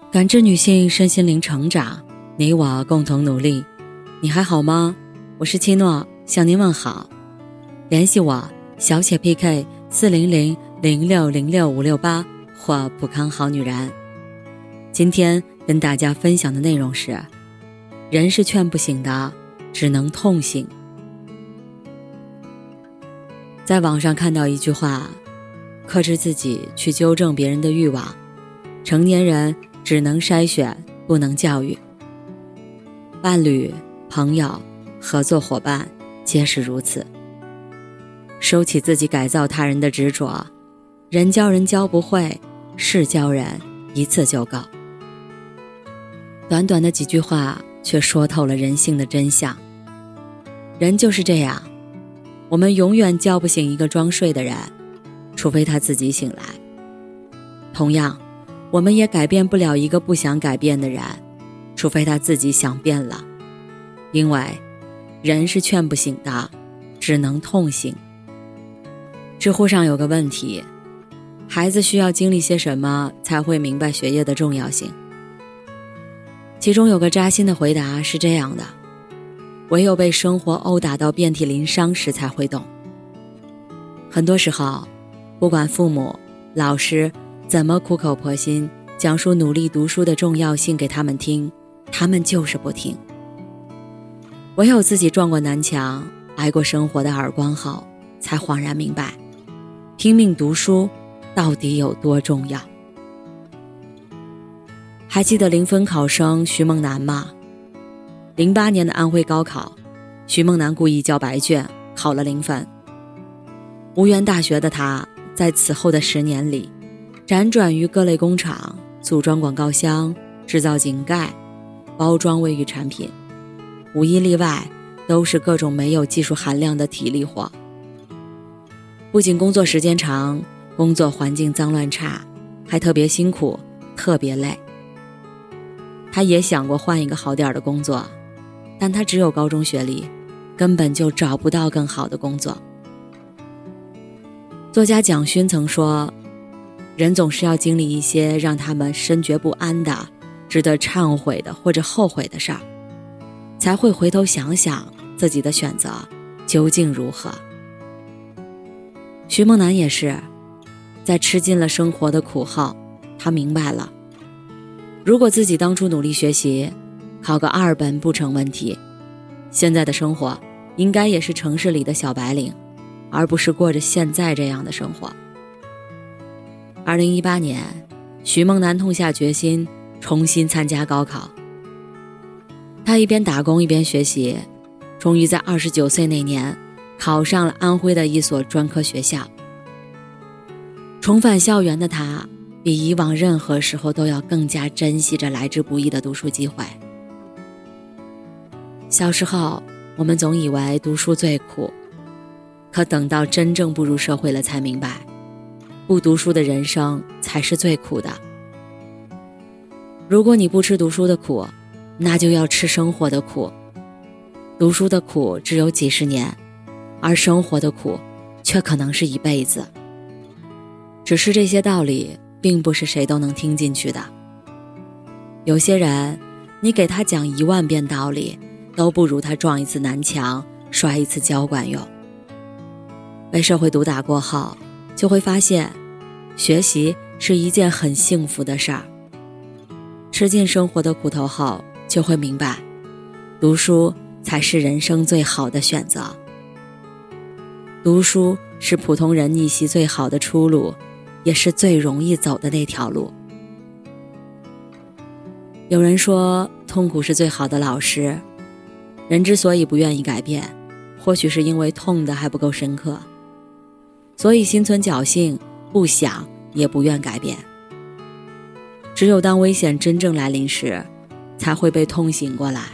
感知女性身心灵成长，你我共同努力。你还好吗？我是七诺，向您问好。联系我小写 PK 40006065568或普康好女人。今天跟大家分享的内容是：人是劝不醒的，只能痛醒。在网上看到一句话，克制自己去纠正别人的欲望，成年人只能筛选，不能教育。伴侣、朋友、合作伙伴皆是如此。收起自己改造他人的执着，人教人教不会，事教人一次就够。短短的几句话却说透了人性的真相。人就是这样，我们永远叫不醒一个装睡的人，除非他自己醒来。同样，我们也改变不了一个不想改变的人，除非他自己想变了。因为人是劝不醒的，只能痛醒。知乎上有个问题，孩子需要经历些什么才会明白学业的重要性？其中有个扎心的回答是这样的：唯有被生活殴打到遍体鳞伤时才会懂。很多时候，不管父母、老师怎么苦口婆心讲述努力读书的重要性给他们听，他们就是不听。唯有自己撞过南墙，挨过生活的耳光后，才恍然明白，拼命读书到底有多重要。还记得0分考生徐梦楠吗？08年的安徽高考，徐梦楠故意交白卷，考了0分。无缘大学的他，在此后的10年里，辗转于各类工厂，组装广告箱，制造井盖，包装卫浴产品，无一例外都是各种没有技术含量的体力活。不仅工作时间长，工作环境脏乱差，还特别辛苦，特别累。他也想过换一个好点的工作，但他只有高中学历，根本就找不到更好的工作。作家蒋勋曾说，人总是要经历一些让他们深觉不安的、值得忏悔的或者后悔的事儿，才会回头想想自己的选择究竟如何。徐梦楠也是，在吃尽了生活的苦后，他明白了，如果自己当初努力学习，考个2本不成问题，现在的生活应该也是城市里的小白领，而不是过着现在这样的生活。2018年，徐梦楠痛下决心重新参加高考。他一边打工一边学习，终于在29岁那年考上了安徽的一所专科学校。重返校园的他，比以往任何时候都要更加珍惜着来之不易的读书机会。小时候，我们总以为读书最苦，可等到真正步入社会了才明白，不读书的人生才是最苦的。如果你不吃读书的苦，那就要吃生活的苦。读书的苦只有几十年，而生活的苦却可能是一辈子。只是这些道理并不是谁都能听进去的。有些人，你给他讲1万遍道理，都不如他撞一次南墙，摔一次跤管用。被社会毒打过后，就会发现，学习是一件很幸福的事儿。吃尽生活的苦头后，就会明白，读书才是人生最好的选择。读书是普通人逆袭最好的出路，也是最容易走的那条路。有人说，痛苦是最好的老师。人之所以不愿意改变，或许是因为痛的还不够深刻，所以心存侥幸，不想也不愿改变。只有当危险真正来临时，才会被痛醒过来。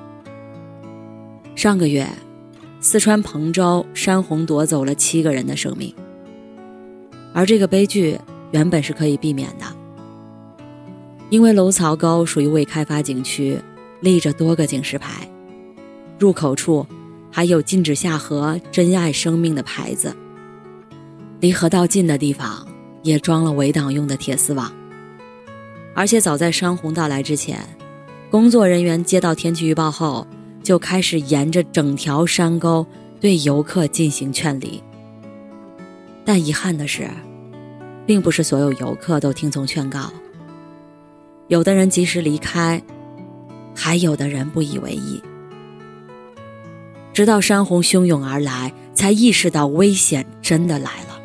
上个月，四川彭州山洪夺走了7个人的生命，而这个悲剧原本是可以避免的。因为娄曹沟属于未开发景区，立着多个警示牌，入口处还有禁止下河、珍爱生命的牌子，离河道近的地方也装了围挡用的铁丝网。 而且早在山洪到来之前，工作人员接到天气预报后，就开始沿着整条山沟对游客进行劝离。但遗憾的是，并不是所有游客都听从劝告，有的人及时离开，还有的人不以为意。直到山洪汹涌而来，才意识到危险真的来了。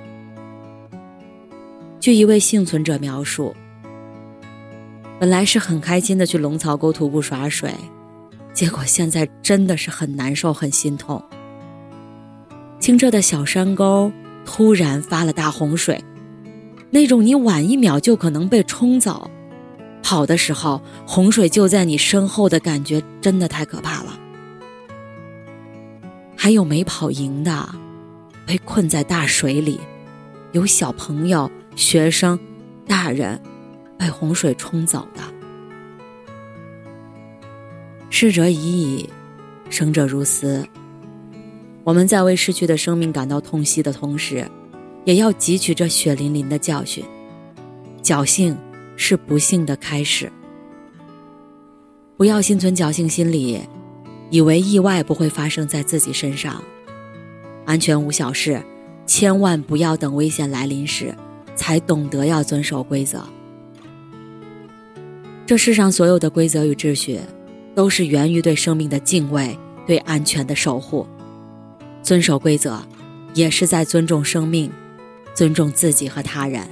据一位幸存者描述，本来是很开心的去龙槽沟徒步耍水，结果现在真的是很难受很心痛。清澈的小山沟突然发了大洪水，那种你晚一秒就可能被冲走，跑的时候洪水就在你身后的感觉真的太可怕了。还有没跑赢的，被困在大水里，有小朋友、学生、大人被洪水冲走的。逝者已矣，生者如斯。我们在为逝去的生命感到痛惜的同时，也要汲取这血淋淋的教训。侥幸是不幸的开始。不要心存侥幸心理，以为意外不会发生在自己身上。安全无小事，千万不要等危险来临时才懂得要遵守规则。这世上所有的规则与秩序，都是源于对生命的敬畏，对安全的守护。遵守规则，也是在尊重生命，尊重自己和他人。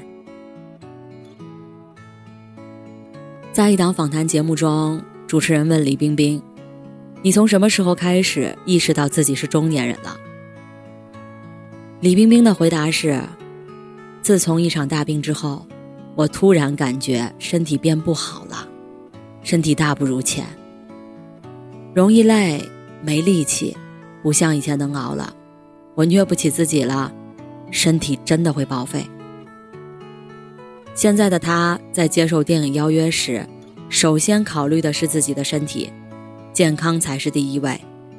在一档访谈节目中，主持人问李冰冰：“你从什么时候开始意识到自己是中年人了？”李冰冰的回答是：“自从一场大病之后，我突然感觉身体变不好了，身体大不如前，容易累，没力气，不像以前能熬了，我虐不起自己了，身体真的会报废。”现在的他在接受电影邀约时，首先考虑的是自己的身体，健康才是第一位。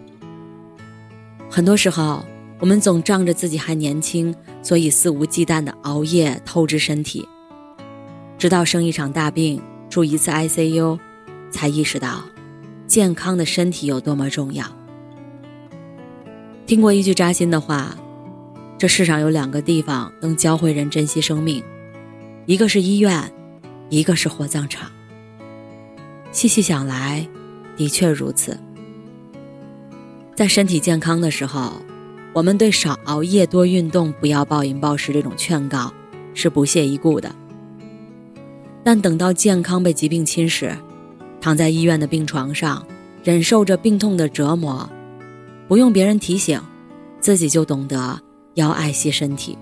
很多时候，我们总仗着自己还年轻，所以肆无忌惮地熬夜透支身体，直到生一场大病，住一次 ICU， 才意识到健康的身体有多么重要。听过一句扎心的话，这世上有2个地方能教会人珍惜生命，一个是医院，一个是火葬场。细细想来，的确如此。在身体健康的时候，我们对少熬夜、多运动、不要暴饮暴食这种劝告是不屑一顾的。但等到健康被疾病侵蚀，躺在医院的病床上，忍受着病痛的折磨，不用别人提醒，自己就懂得要爱惜身体。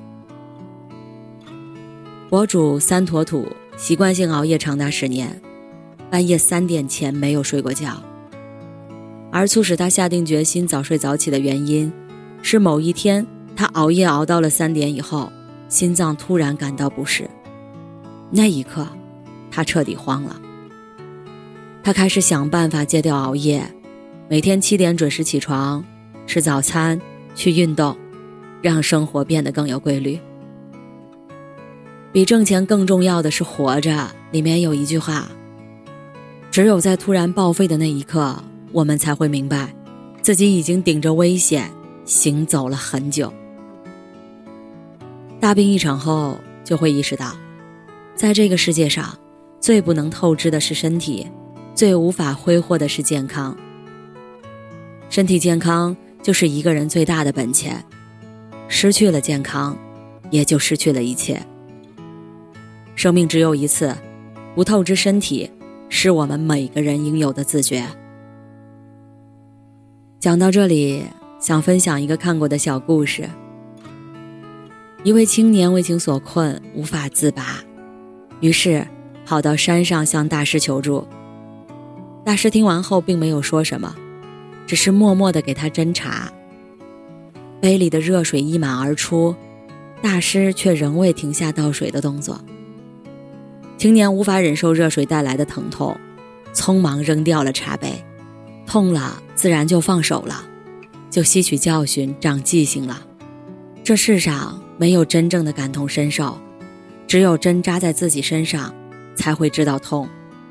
博主三坨土习惯性熬夜长达10年，半夜3点前没有睡过觉。而促使他下定决心早睡早起的原因，是某一天他熬夜熬到了3点以后，心脏突然感到不适。那一刻，他彻底慌了。他开始想办法戒掉熬夜，每天7点准时起床，吃早餐，去运动，让生活变得更有规律。比挣钱更重要的是活着，里面有一句话：只有在突然报废的那一刻，我们才会明白自己已经顶着危险行走了很久。大病一场后，就会意识到，在这个世界上，最不能透支的是身体，最无法挥霍的是健康。身体健康就是一个人最大的本钱，失去了健康，也就失去了一切。生命只有一次，不透支身体，是我们每个人应有的自觉。讲到这里，想分享一个看过的小故事。一位青年为情所困，无法自拔，于是跑到山上向大师求助。大师听完后并没有说什么，只是默默地给他斟茶。杯里的热水溢满而出，大师却仍未停下倒水的动作。青年无法忍受热水带来的疼痛，匆忙扔掉了茶杯。痛了自然就放手了，就吸取教训，长记性了。这世上没有真正的感同身受，只有针扎在自己身上， 才会知道痛。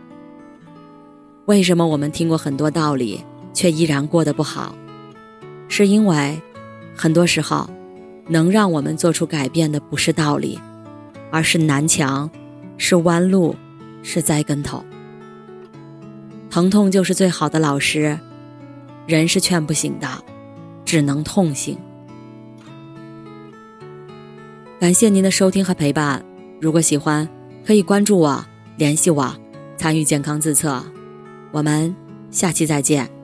为什么我们听过很多道理，却依然过得不好？是因为很多时候，能让我们做出改变的不是道理，而是南墙，是弯路，是栽跟头。疼痛就是最好的老师，人是劝不醒的，只能痛醒。感谢您的收听和陪伴，如果喜欢，可以关注我，联系我，参与健康自测。我们下期再见。